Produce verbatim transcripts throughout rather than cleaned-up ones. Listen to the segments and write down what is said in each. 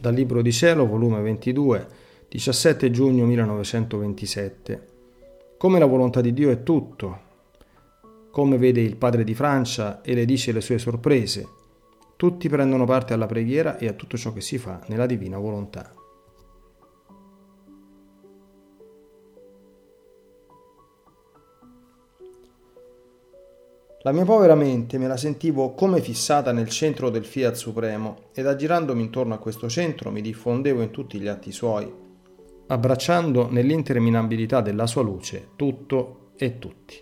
Dal Libro di Cielo, volume ventidue, diciassette giugno millenovecentoventisette. Come la volontà di Dio è tutto, come vede il padre di Francia e le dice le sue sorprese, tutti prendono parte alla preghiera e a tutto ciò che si fa nella divina volontà. La mia povera mente me la sentivo come fissata nel centro del Fiat Supremo ed aggirandomi intorno a questo centro mi diffondevo in tutti gli atti suoi, abbracciando nell'interminabilità della sua luce tutto e tutti.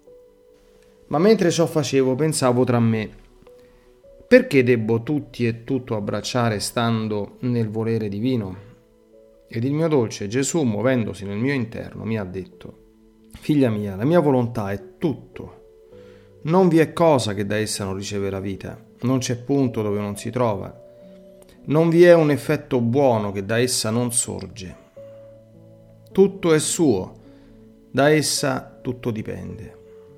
Ma mentre ciò facevo pensavo tra me: perché debbo tutti e tutto abbracciare stando nel volere divino? Ed il mio dolce Gesù, muovendosi nel mio interno, mi ha detto: figlia mia, la mia volontà è tutto. Non vi è cosa che da essa non riceve la vita, non c'è punto dove non si trova, non vi è un effetto buono che da essa non sorge. Tutto è suo, da essa tutto dipende.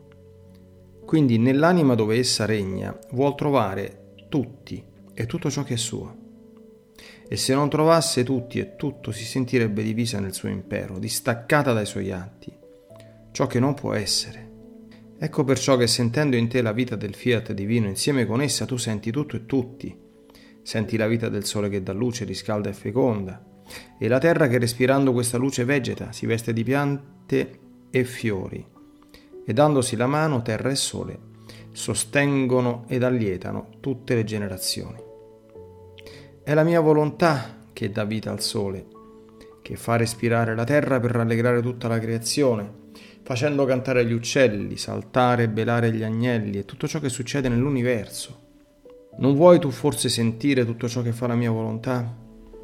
Quindi nell'anima dove essa regna vuol trovare tutti e tutto ciò che è suo. E se non trovasse tutti e tutto si sentirebbe divisa nel suo impero, distaccata dai suoi atti, ciò che non può essere. Ecco perciò che sentendo in te la vita del Fiat divino, insieme con essa tu senti tutto e tutti. Senti la vita del sole che dà luce, riscalda e feconda, e la terra che respirando questa luce vegeta, si veste di piante e fiori, e dandosi la mano terra e sole sostengono ed allietano tutte le generazioni. È la mia volontà che dà vita al sole, che fa respirare la terra per rallegrare tutta la creazione, facendo cantare gli uccelli, saltare e belare gli agnelli e tutto ciò che succede nell'universo. Non vuoi tu forse sentire tutto ciò che fa la mia volontà?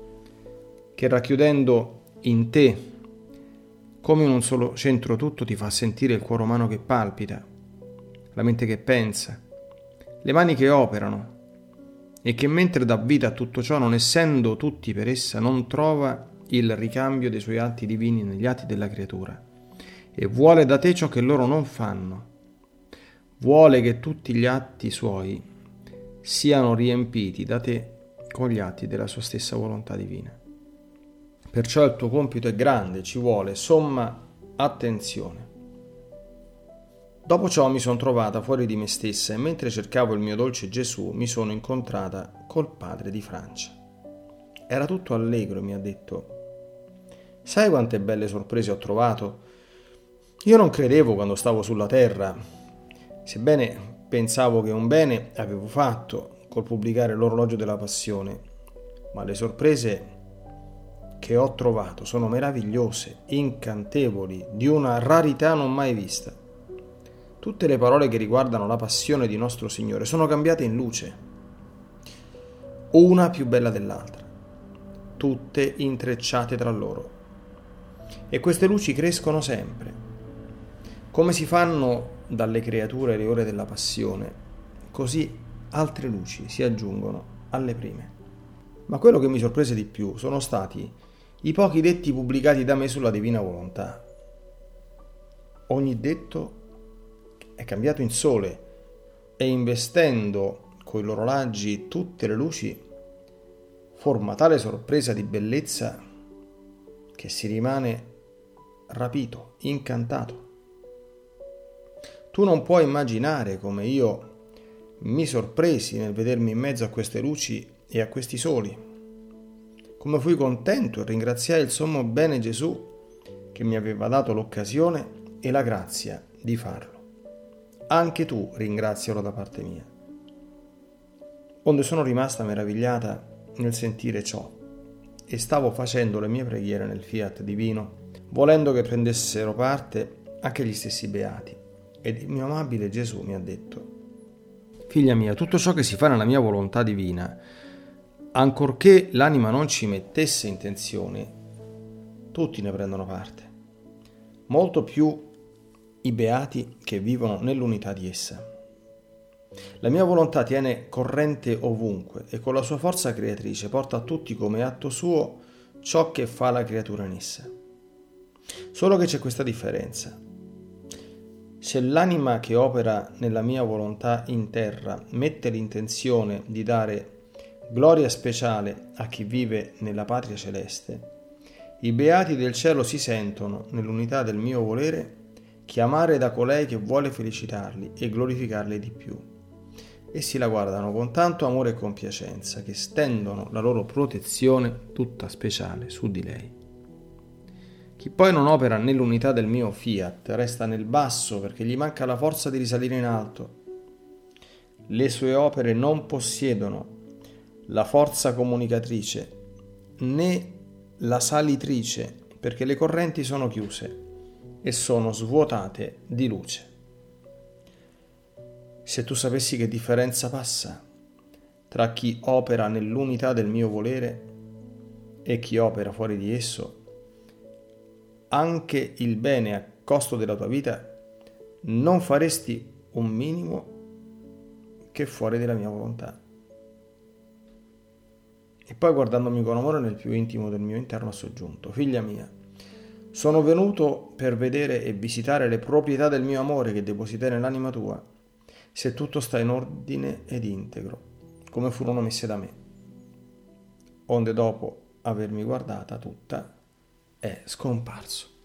Che racchiudendo in te, come in un solo centro tutto, ti fa sentire il cuore umano che palpita, la mente che pensa, le mani che operano, e che mentre dà vita a tutto ciò, non essendo tutti per essa, non trova il ricambio dei suoi atti divini negli atti della creatura. E vuole da te ciò che loro non fanno. Vuole che tutti gli atti suoi siano riempiti da te con gli atti della sua stessa volontà divina. Perciò il tuo compito è grande, ci vuole somma attenzione. Dopo ciò mi sono trovata fuori di me stessa e mentre cercavo il mio dolce Gesù mi sono incontrata col padre di Francia. Era tutto allegro e mi ha detto: sai quante belle sorprese ho trovato? Io non credevo quando stavo sulla terra, sebbene pensavo che un bene avevo fatto col pubblicare l'orologio della passione, ma le sorprese che ho trovato sono meravigliose, incantevoli, di una rarità non mai vista. Tutte le parole che riguardano la passione di nostro Signore sono cambiate in luce, una più bella dell'altra, tutte intrecciate tra loro. E queste luci crescono sempre. Come si fanno dalle creature le ore della passione, così altre luci si aggiungono alle prime. Ma quello che mi sorprese di più sono stati i pochi detti pubblicati da me sulla divina volontà. Ogni detto è cambiato in sole e investendo coi loro raggi tutte le luci forma tale sorpresa di bellezza che si rimane rapito, incantato. Tu non puoi immaginare come io mi sorpresi nel vedermi in mezzo a queste luci e a questi soli, come fui contento e ringraziai il sommo bene Gesù che mi aveva dato l'occasione e la grazia di farlo. Anche tu ringrazialo da parte mia. Onde sono rimasta meravigliata nel sentire ciò e stavo facendo le mie preghiere nel Fiat divino, volendo che prendessero parte anche gli stessi beati. Ed il mio amabile Gesù mi ha detto: figlia mia, tutto ciò che si fa nella mia volontà divina, ancorché l'anima non ci mettesse intenzione, tutti ne prendono parte, molto più i beati che vivono nell'unità di essa. La mia volontà tiene corrente ovunque e con la sua forza creatrice porta a tutti come atto suo ciò che fa la creatura in essa. Solo che c'è questa differenza. Se l'anima che opera nella mia volontà in terra mette l'intenzione di dare gloria speciale a chi vive nella patria celeste, i beati del cielo si sentono, nell'unità del mio volere, chiamare da colei che vuole felicitarli e glorificarli di più. Essi la guardano con tanto amore e compiacenza che stendono la loro protezione tutta speciale su di lei. Chi poi non opera nell'unità del mio fiat resta nel basso perché gli manca la forza di risalire in alto. Le sue opere non possiedono la forza comunicatrice né la salitrice perché le correnti sono chiuse e sono svuotate di luce. Se tu sapessi che differenza passa tra chi opera nell'unità del mio volere e chi opera fuori di esso, anche il bene a costo della tua vita, non faresti un minimo che fuori della mia volontà. E poi, guardandomi con amore nel più intimo del mio interno, ha soggiunto: figlia mia, sono venuto per vedere e visitare le proprietà del mio amore che depositai nell'anima tua, se tutto sta in ordine ed integro, come furono messe da me. Onde dopo avermi guardata tutta, è scomparso.